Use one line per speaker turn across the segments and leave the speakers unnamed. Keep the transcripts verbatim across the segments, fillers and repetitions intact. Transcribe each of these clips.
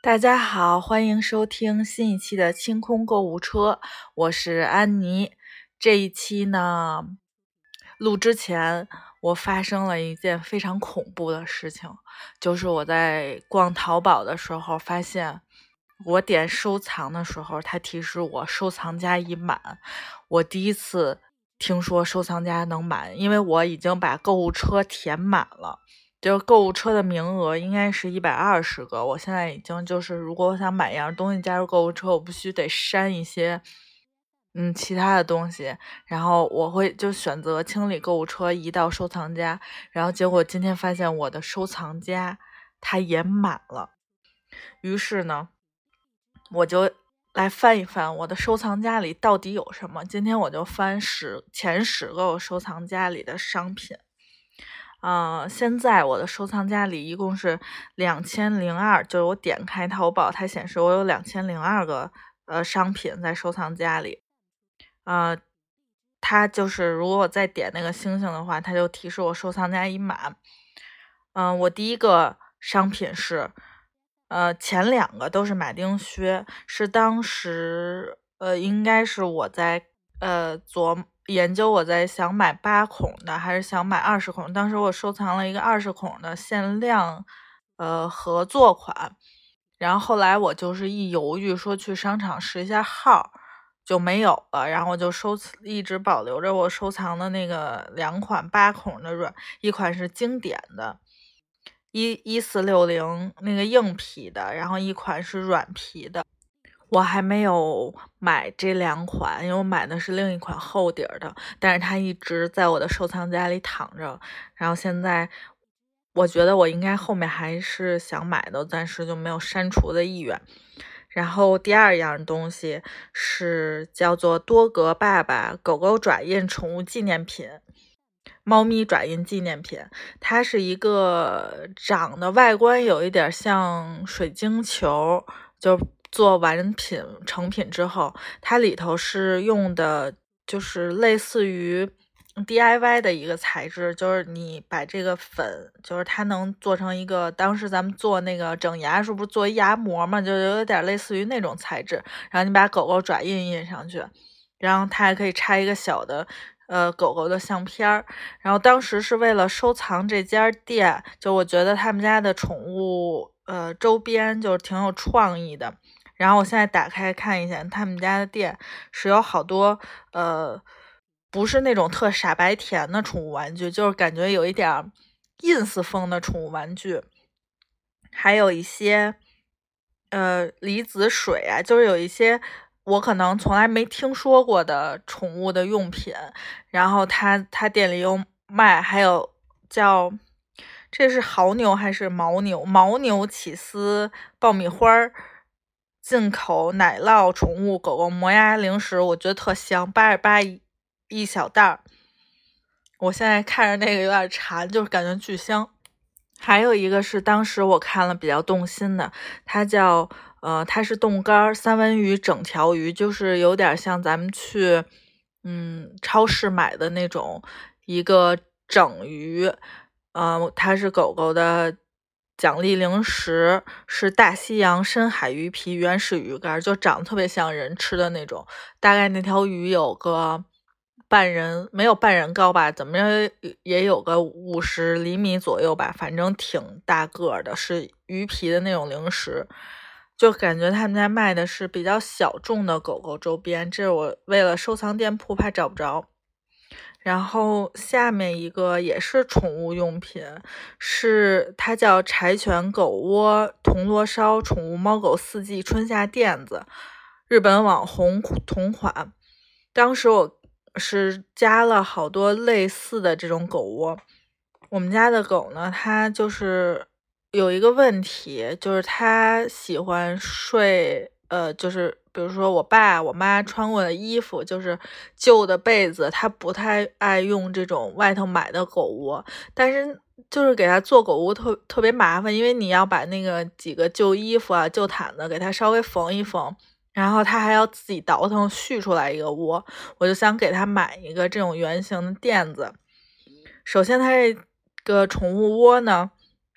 大家好，欢迎收听新一期的清空购物车，我是安妮。这一期呢，录之前我发生了一件非常恐怖的事情，就是我在逛淘宝的时候发现，我点收藏的时候，它提示我收藏夹已满。我第一次听说收藏夹能满，因为我已经把购物车填满了。就是购物车的名额应该是一百二十个，我现在已经就是如果我想买一样东西加入购物车，我必须得删一些嗯其他的东西，然后我会就选择清理购物车移到收藏夹，然后结果今天发现我的收藏夹它也满了，于是呢我就来翻一翻我的收藏夹里到底有什么。今天我就翻十前十个我收藏夹里的商品。呃，现在我的收藏夹里一共是两千零二，就是我点开淘宝，它显示我有两千零二个呃商品在收藏夹里。呃，它就是如果我再点那个星星的话，它就提示我收藏夹已满。嗯、呃，我第一个商品是，呃，前两个都是马丁靴，是当时呃应该是我在呃琢研究我在想买八孔的还是想买二十孔，当时我收藏了一个二十孔的限量呃合作款，然后后来我就是一犹豫说去商场试一下号就没有了，然后我就收一直保留着我收藏的那个两款八孔的软，一款是经典的一一四六零那个硬皮的，然后一款是软皮的。我还没有买这两款，因为我买的是另一款厚底儿的，但是它一直在我的收藏夹里躺着。然后现在我觉得我应该后面还是想买的，暂时就没有删除的意愿。然后第二样东西是叫做多格爸爸狗狗爪印宠物纪念品。猫咪爪印纪念品，它是一个长得外观有一点像水晶球，就做完品成品之后，它里头是用的就是类似于 D I Y 的一个材质，就是你把这个粉，就是它能做成一个，当时咱们做那个整牙是不是做牙膜嘛，就有点类似于那种材质，然后你把狗狗爪印印上去，然后它还可以插一个小的呃狗狗的相片儿。然后当时是为了收藏这家店，就我觉得他们家的宠物呃周边就是挺有创意的。然后我现在打开看一下，他们家的店是有好多呃不是那种特傻白甜的宠物玩具，就是感觉有一点 ins 风的宠物玩具，还有一些呃离子水啊，就是有一些我可能从来没听说过的宠物的用品，然后他他店里有卖，还有叫这是牦牛还是牦牛？牦牛起司爆米花儿。进口奶酪宠物狗狗磨牙零食，我觉得特香，八十八一一小袋儿。我现在看着那个有点馋，就是感觉巨香。还有一个是当时我看了比较动心的，它叫呃，它是冻干三文鱼整条鱼，就是有点像咱们去嗯超市买的那种一个整鱼，呃，它是狗狗的奖励零食，是大西洋深海鱼皮原始鱼干，就长得特别像人吃的那种，大概那条鱼有个半人，没有半人高吧，怎么着也有个五十厘米左右吧，反正挺大个的，是鱼皮的那种零食。就感觉他们家卖的是比较小众的狗狗周边，这是我为了收藏店铺怕找不着。然后下面一个也是宠物用品，是它叫柴犬狗窝铜锣烧宠物猫狗四季春夏垫子，日本网红同款。当时我是加了好多类似的这种狗窝。我们家的狗呢，它就是有一个问题，就是它喜欢睡呃，就是比如说我爸我妈穿过的衣服，就是旧的被子，他不太爱用这种外头买的狗窝，但是就是给他做狗窝特特别麻烦，因为你要把那个几个旧衣服啊旧毯子给他稍微缝一缝，然后他还要自己倒腾续出来一个窝，我就想给他买一个这种圆形的垫子。首先它这个宠物窝呢，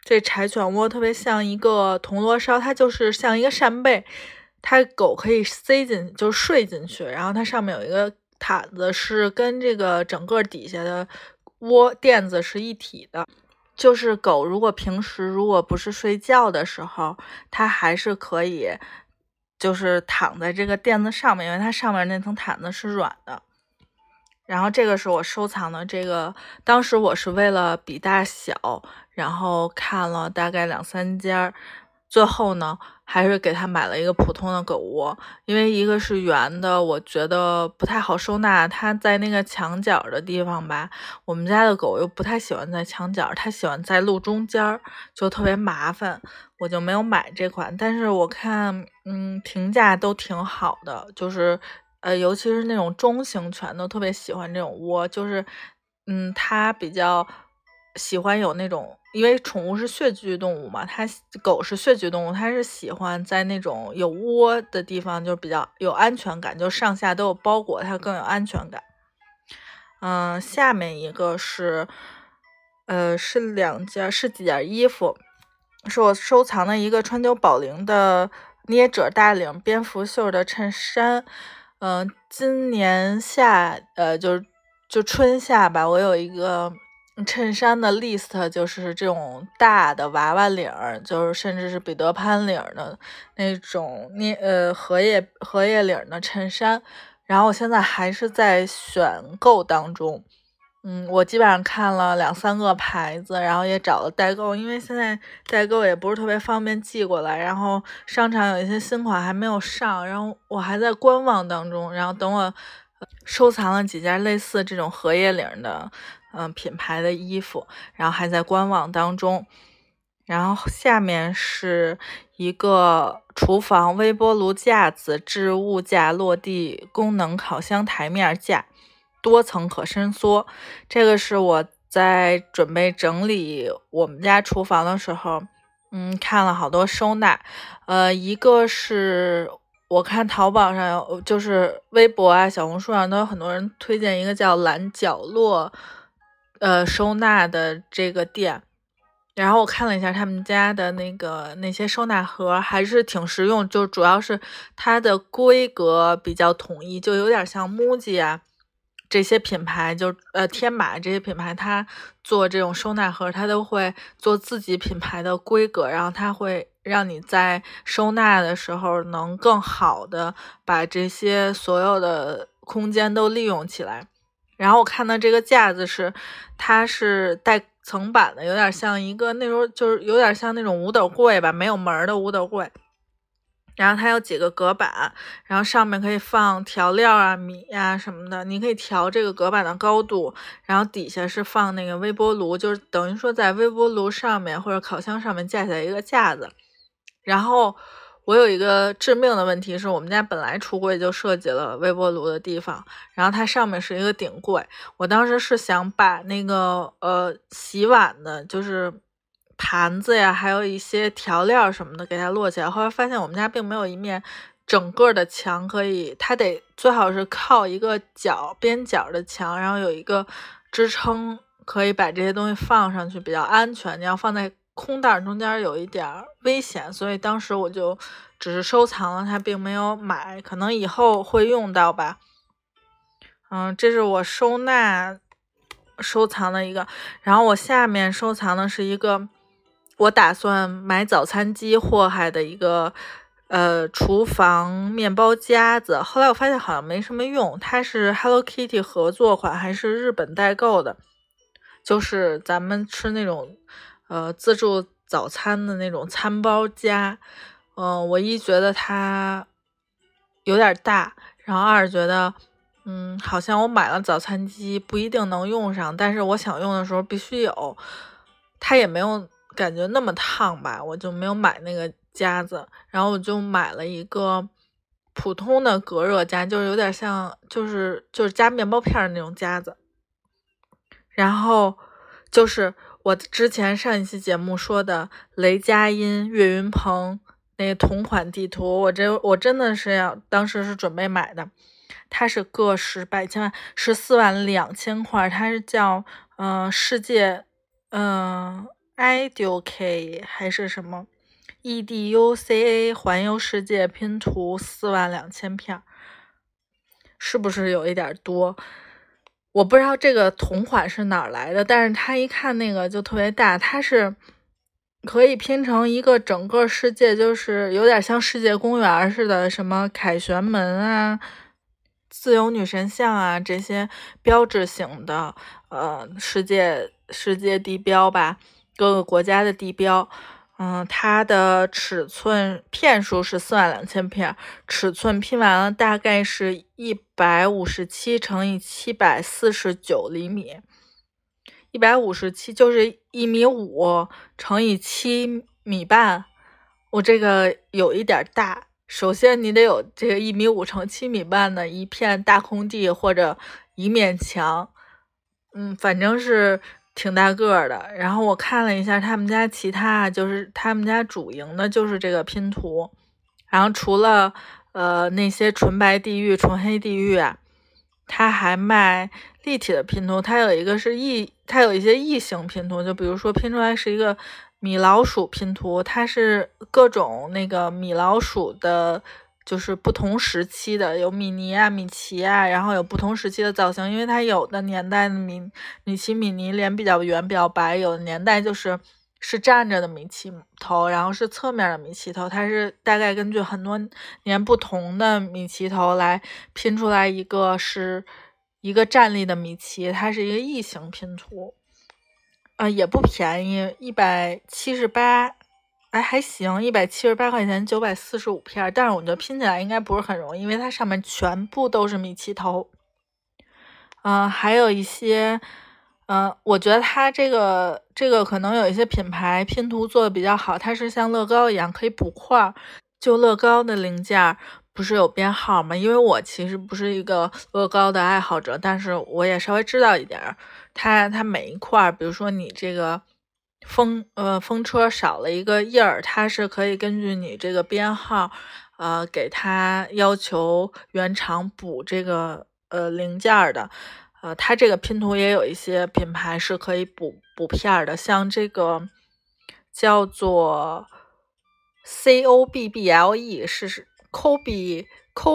这柴犬窝特别像一个铜锣烧，它就是像一个扇贝，它狗可以塞进，就睡进去，然后它上面有一个毯子，是跟这个整个底下的窝垫子是一体的。就是狗如果平时如果不是睡觉的时候，它还是可以就是躺在这个垫子上面，因为它上面那层毯子是软的。然后这个是我收藏的这个，当时我是为了比大小，然后看了大概两三家，最后呢还是给他买了一个普通的狗窝，因为一个是圆的，我觉得不太好收纳，它在那个墙角的地方吧，我们家的狗又不太喜欢在墙角，它喜欢在路中间，就特别麻烦，我就没有买这款。但是我看嗯评价都挺好的，就是呃，尤其是那种中型犬都特别喜欢这种窝，就是，嗯，它比较喜欢有那种，因为宠物是血居动物嘛，它狗是血居动物，它是喜欢在那种有窝的地方，就比较有安全感，就上下都有包裹，它更有安全感。嗯，下面一个是，呃，是两件，是几件衣服，是我收藏的一个川久保玲的捏褶大领蝙蝠袖的衬衫。嗯、呃，今年夏，呃，就就春夏吧，我有一个衬衫的 list，就是这种大的娃娃领儿，就是甚至是彼得潘领的那种捏呃荷叶荷叶领的衬衫。然后我现在还是在选购当中。嗯，我基本上看了两三个牌子，然后也找了代购，因为现在代购也不是特别方便寄过来，然后商场有一些新款还没有上，然后我还在观望当中，然后等我收藏了几件类似这种荷叶领的嗯、呃、品牌的衣服，然后还在观望当中。然后下面是一个厨房微波炉架子置物架落地功能烤箱台面架，多层可伸缩。这个是我在准备整理我们家厨房的时候，嗯，看了好多收纳。呃，一个是我看淘宝上有，就是微博啊、小红书上都有很多人推荐一个叫蓝角落，呃，收纳的这个店。然后我看了一下他们家的那个那些收纳盒，还是挺实用，就主要是它的规格比较统一，就有点像 MUJI 啊这些品牌，就呃天马这些品牌，它做这种收纳盒，它都会做自己品牌的规格，然后它会让你在收纳的时候能更好的把这些所有的空间都利用起来。然后我看到这个架子是，它是带层板的，有点像一个那时候就是有点像那种五斗柜吧，没有门的五斗柜。然后它有几个隔板，然后上面可以放调料啊、米呀、什么的，你可以调这个隔板的高度。然后底下是放那个微波炉，就是等于说在微波炉上面或者烤箱上面架起来一个架子。然后我有一个致命的问题是，我们家本来橱柜就设计了微波炉的地方，然后它上面是一个顶柜。我当时是想把那个呃洗碗的，就是盘子呀，还有一些调料什么的给它摞起来。后来发现我们家并没有一面整个的墙可以，它得最好是靠一个角边角的墙，然后有一个支撑可以把这些东西放上去，比较安全。你要放在空袋中间有一点危险，所以当时我就只是收藏了它，并没有买，可能以后会用到吧。嗯，这是我收纳收藏的一个，然后我下面收藏的是一个我打算买早餐机祸害的一个呃厨房面包夹子，后来我发现好像没什么用，它是 Hello Kitty 合作款，还是日本代购的，就是咱们吃那种呃自助早餐的那种餐包夹。嗯、呃，我一觉得它有点大，然后二觉得嗯，好像我买了早餐机不一定能用上，但是我想用的时候必须有。它也没有感觉那么烫吧，我就没有买那个夹子，然后我就买了一个普通的隔热夹，就是有点像就是就是夹面包片的那种夹子。然后就是我之前上一期节目说的雷佳音、岳云鹏那个同款地图，我这我真的是要当时是准备买的。它是个十百千万十四万两千块，它是叫嗯、呃、世界嗯、呃、 ，Educate 还是什么 E D U C A 环游世界拼图四万两千片，是不是有一点多？我不知道这个同款是哪儿来的，但是它一看那个就特别大，它是可以拼成一个整个世界，就是有点像世界公园似的，什么凯旋门啊、自由女神像啊这些标志性的呃世界世界地标吧，各个国家的地标。嗯，它的尺寸片数是四万两千片，尺寸拼完了大概是一百五十七乘以七百四十九厘米，一百五十七就是一米五乘以七米半，我这个有一点大。首先你得有这个一米五乘七米半的一片大空地或者一面墙，嗯，反正是挺大个的。然后我看了一下他们家其他，就是他们家主营的就是这个拼图，然后除了呃那些纯白地狱、纯黑地狱啊，他还卖立体的拼图。它有一个是异，它有一些异形拼图，就比如说拼出来是一个米老鼠拼图，它是各种那个米老鼠的。就是不同时期的，有米妮啊、米奇啊，然后有不同时期的造型，因为它有的年代的米米奇、米妮脸比较圆、比较白，有的年代就是是站着的米奇头，然后是侧面的米奇头，它是大概根据很多年不同的米奇头来拼出来一个是一个站立的米奇，它是一个异形拼图，呃，也不便宜，一百七十八。哎，还行，一百七十八块钱，九百四十五片，但是我觉得拼起来应该不是很容易，因为它上面全部都是米奇头。嗯、呃，还有一些，嗯、呃，我觉得它这个这个可能有一些品牌拼图做的比较好，它是像乐高一样可以补块，就乐高的零件不是有编号吗？因为我其实不是一个乐高的爱好者，但是我也稍微知道一点，它它每一块，比如说你这个。风呃风车少了一个印儿，它是可以根据你这个编号，呃，给它要求原厂补这个呃零件的。呃，它这个拼图也有一些品牌是可以补补片的，像这个叫做 C O B B L E 是 Kobe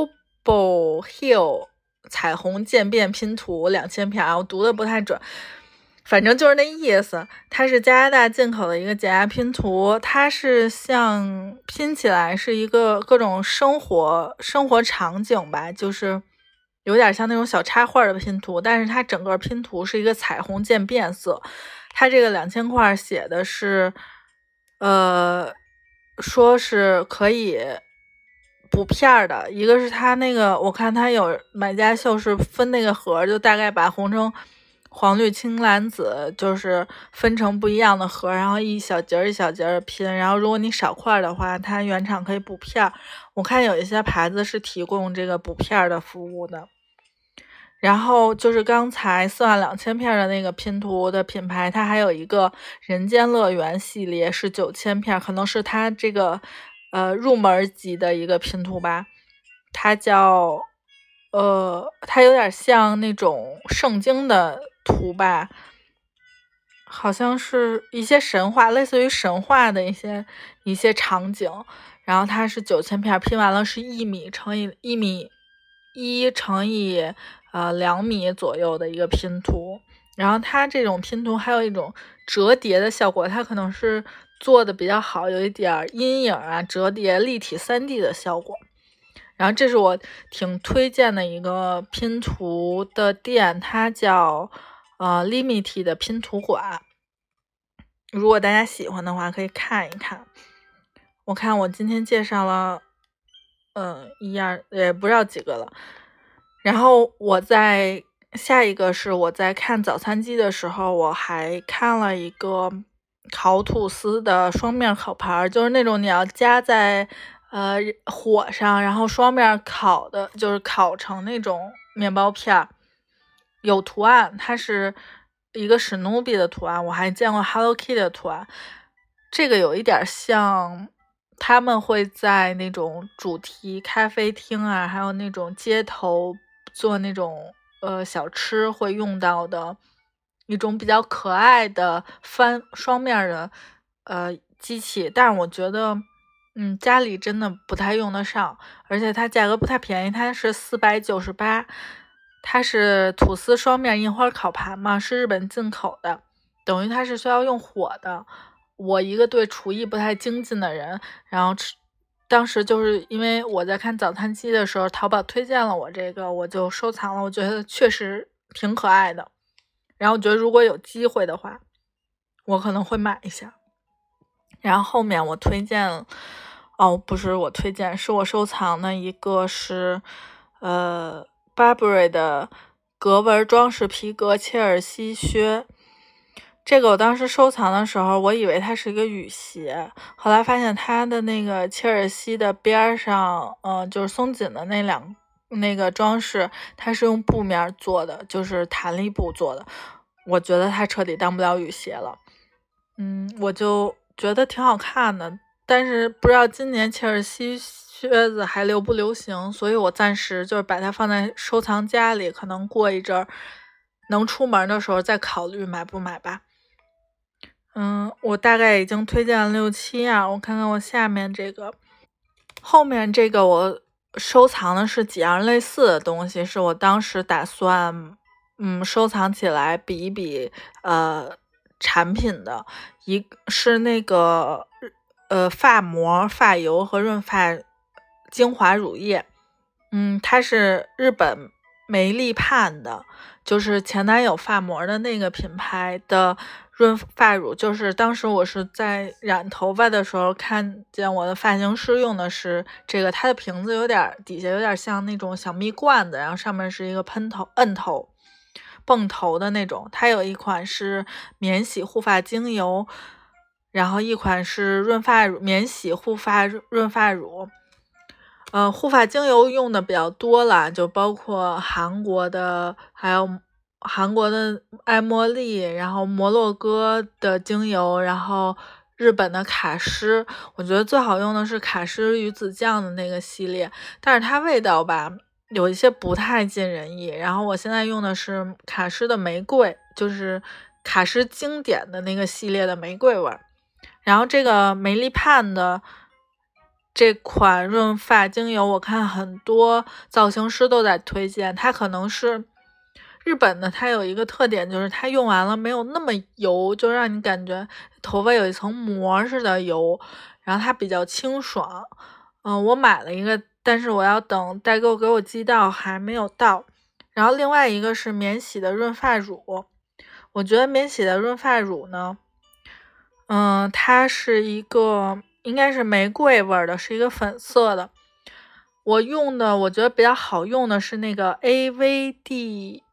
Cobo Hill 彩虹渐变拼图两千片，我读的不太准。反正就是那意思，它是加拿大进口的一个解压拼图，它是像拼起来是一个各种生活生活场景吧，就是有点像那种小插画的拼图，但是它整个拼图是一个彩虹渐变色。它这个两千块写的是，呃，说是可以补片的，一个是它那个，我看它有买家秀是分那个盒，就大概把红橙。黄绿青蓝紫就是分成不一样的盒，然后一小节一小节的拼，然后如果你少块的话，它原厂可以补片。我看有一些牌子是提供这个补片的服务的。然后就是刚才四万两千片的那个拼图的品牌，它还有一个人间乐园系列是九千片，可能是它这个呃入门级的一个拼图吧，它叫呃，它有点像那种圣经的图吧，好像是一些神话，类似于神话的一些一些场景。然后它是九千片，拼完了是一米乘以一米一乘以呃两米左右的一个拼图。然后它这种拼图还有一种折叠的效果，它可能是做的比较好，有一点阴影啊、折叠、立体 三 D 的效果。然后这是我挺推荐的一个拼图的店，它叫呃 Limity 的拼图馆。如果大家喜欢的话，可以看一看。我看我今天介绍了，嗯，一二也不知道几个了。然后我在下一个是我在看早餐机的时候，我还看了一个烤吐司的双面烤盘，就是那种你要夹在。呃，火上，然后双面烤的，就是烤成那种面包片，有图案，它是一个史努比的图案，我还见过 Hello Kitty 的图案。这个有一点像，他们会在那种主题咖啡厅啊，还有那种街头做那种呃小吃会用到的一种比较可爱的翻双面的呃机器，但是我觉得嗯家里真的不太用得上，而且它价格不太便宜，它是四百九十八，它是吐司双面印花烤盘嘛，是日本进口的，等于它是需要用火的。我一个对厨艺不太精进的人，然后吃当时就是因为我在看早餐机的时候，淘宝推荐了我这个，我就收藏了，我觉得确实挺可爱的。然后我觉得如果有机会的话，我可能会买一下。然后后面我推荐，哦，不是我推荐，是我收藏的一个是，呃 Burberry 的格纹装饰皮革切尔西靴。这个我当时收藏的时候，我以为它是一个雨鞋，后来发现它的那个切尔西的边上，呃，就是松紧的那两那个装饰，它是用布面做的，就是弹力布做的。我觉得它彻底当不了雨鞋了，嗯，我就觉得挺好看的，但是不知道今年切尔西靴子还流不流行，所以我暂时就是把它放在收藏夹里，可能过一阵儿能出门的时候再考虑买不买吧。嗯，我大概已经推荐了六七样，我看看我下面这个，后面这个我收藏的是几样类似的东西，是我当时打算嗯收藏起来比一比呃产品的，一是那个呃发膜、发油和润发精华乳液，嗯，它是日本梅丽盼的，就是前男友发膜的那个品牌的润发乳，就是当时我是在染头发的时候看见我的发型师用的是这个，它的瓶子有点底下有点像那种小蜜罐子，然后上面是一个喷头摁头泵头的那种。它有一款是免洗护发精油，然后一款是润发乳免洗护发润发乳。呃，护发精油用的比较多了，就包括韩国的，还有韩国的爱茉莉，然后摩洛哥的精油，然后日本的卡诗。我觉得最好用的是卡诗鱼子酱的那个系列，但是它味道吧有一些不太尽人意。然后我现在用的是卡诗的玫瑰，就是卡诗经典的那个系列的玫瑰味。然后这个梅丽盼的这款润发精油，我看很多造型师都在推荐，它可能是日本的，它有一个特点，就是它用完了没有那么油，就让你感觉头发有一层膜似的油，然后它比较清爽。嗯、呃，我买了一个，但是我要等代购给我寄到，还没有到。然后另外一个是免洗的润发乳，我觉得免洗的润发乳呢，嗯、呃，它是一个应该是玫瑰味的，是一个粉色的。我用的我觉得比较好用的是那个 A V D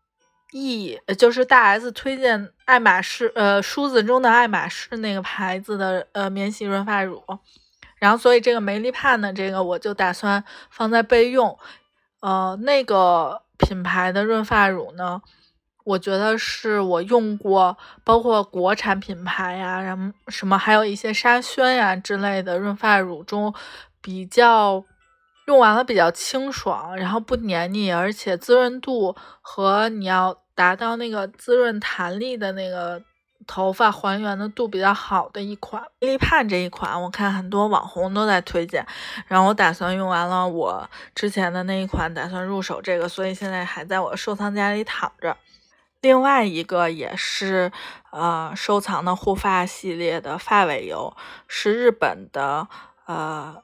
E， 就是大 S 推荐爱马仕呃梳子中的爱马仕那个牌子的呃免洗润发乳。然后所以这个梅丽盼的这个我就打算放在备用。呃那个品牌的润发乳呢，我觉得是我用过包括国产品牌呀，然后什么还有一些沙宣呀之类的润发乳中比较用完了比较清爽，然后不黏腻，而且滋润度和你要达到那个滋润弹力的那个头发还原的度比较好的一款。梅丽盼这一款我看很多网红都在推荐，然后我打算用完了我之前的那一款，打算入手这个，所以现在还在我收藏夹里躺着。另外一个也是呃收藏的护发系列的发尾油，是日本的呃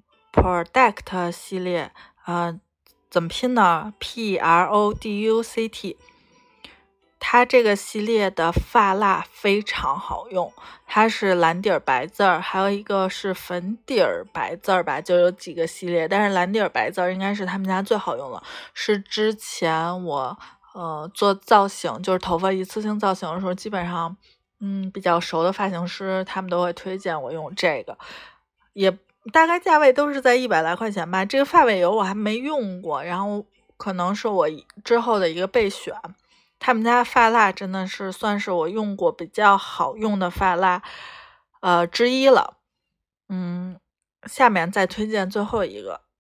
Product 系列，呃怎么拼呢 P R O D U C T。 它这个系列的发蜡非常好用，它是蓝底儿白字儿，还有一个是粉底儿白字儿吧，就有几个系列，但是蓝底儿白字儿应该是他们家最好用的，是之前我呃做造型，就是头发一次性造型的时候，基本上嗯比较熟的发型师他们都会推荐我用这个，也大概价位都是在一百来块钱吧。这个发尾油我还没用过，然后可能是我之后的一个备选。他们家发蜡真的是算是我用过比较好用的发蜡呃之一了。嗯，下面再推荐最后一个，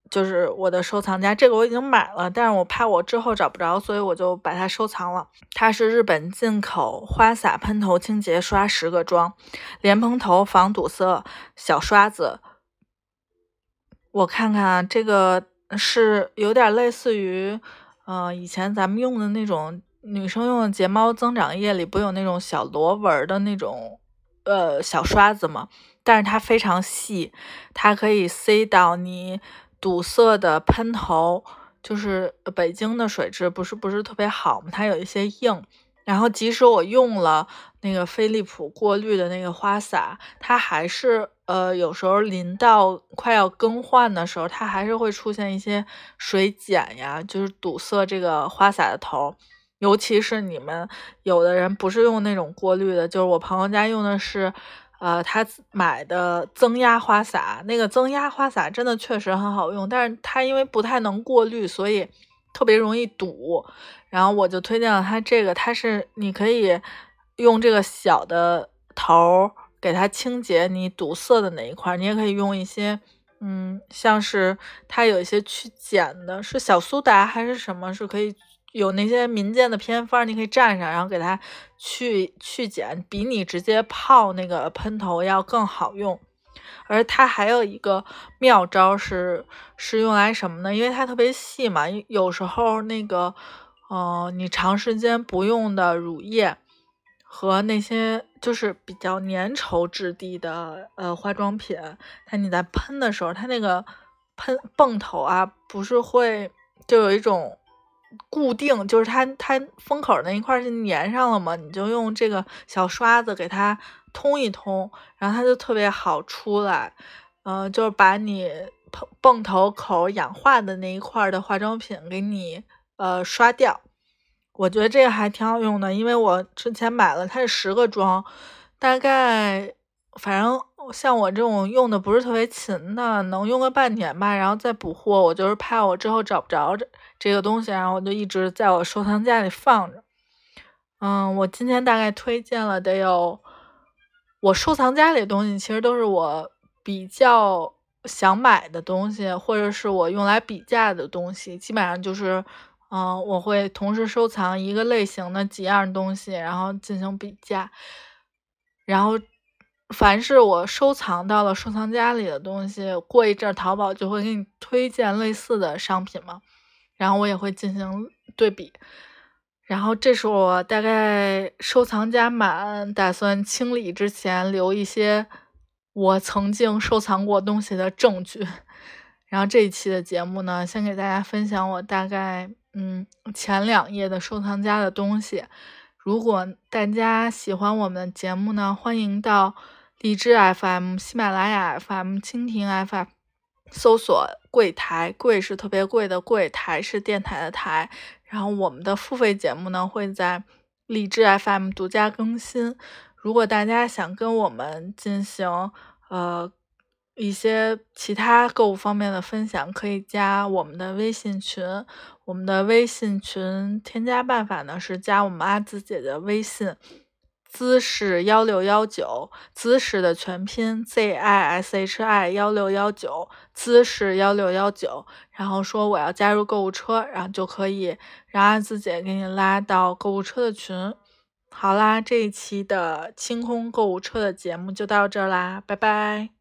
就是我的收藏夹，这个我已经买了，但是我怕我之后找不着，所以我就把它收藏了。它是日本进口花洒喷头清洁刷十个装，莲蓬头防堵塞小刷子。我看看这个是有点类似于呃以前咱们用的那种女生用的睫毛增长液里不有那种小螺纹的那种呃小刷子吗？但是它非常细，它可以塞到你堵塞的喷头，就是北京的水质不是不是特别好嘛，它有一些硬。然后即使我用了那个飞利浦过滤的那个花洒，它还是呃有时候淋到快要更换的时候，它还是会出现一些水碱呀，就是堵塞这个花洒的头。尤其是你们有的人不是用那种过滤的，就是我朋友家用的是呃他买的增压花洒，那个增压花洒真的确实很好用，但是它因为不太能过滤，所以特别容易堵。然后我就推荐了它这个，它是你可以用这个小的头给它清洁你堵塞的那一块，你也可以用一些嗯，像是它有一些去碱的，是小苏打还是什么，是可以有那些民间的偏方，你可以蘸上，然后给它去去碱，比你直接泡那个喷头要更好用。而它还有一个妙招是是用来什么呢？因为它特别细嘛，有时候那个呃你长时间不用的乳液和那些就是比较粘稠质地的呃化妆品，它你在喷的时候，它那个喷泵头啊，不是会就有一种固定，就是它它封口那一块是粘上了嘛，你就用这个小刷子给它通一通，然后它就特别好出来。呃，就是把你泵泵头口氧化的那一块的化妆品给你呃刷掉。我觉得这个还挺好用的，因为我之前买了，它是十个装，大概反正像我这种用的不是特别勤的，能用个半年吧，然后再补货。我就是怕我之后找不着这这个东西，然后我就一直在我收藏夹里放着。嗯，我今天大概推荐了得有，我收藏夹里的东西其实都是我比较想买的东西，或者是我用来比价的东西，基本上就是。嗯、呃，我会同时收藏一个类型的几样东西，然后进行比价。然后，凡是我收藏到了收藏夹里的东西，过一阵淘宝就会给你推荐类似的商品嘛，然后我也会进行对比。然后这是我大概收藏夹满，打算清理之前留一些我曾经收藏过东西的证据。然后这一期的节目呢，先给大家分享我大概嗯前两页的收藏夹的东西。如果大家喜欢我们的节目呢，欢迎到荔枝 F M、喜马拉雅 F M、蜻蜓 F M 搜索柜台，柜是特别贵的柜，台是电台的台。然后我们的付费节目呢，会在荔枝 F M 独家更新。如果大家想跟我们进行呃一些其他购物方面的分享，可以加我们的微信群。我们的微信群添加办法呢是加我们阿紫姐的微信，姿势幺六幺九，姿势的全拼 Z I S H I 幺六幺九，姿势幺六幺九，然后说我要加入购物车，然后就可以让阿紫姐给你拉到购物车的群。好啦，这一期的清空购物车的节目就到这儿啦，拜拜。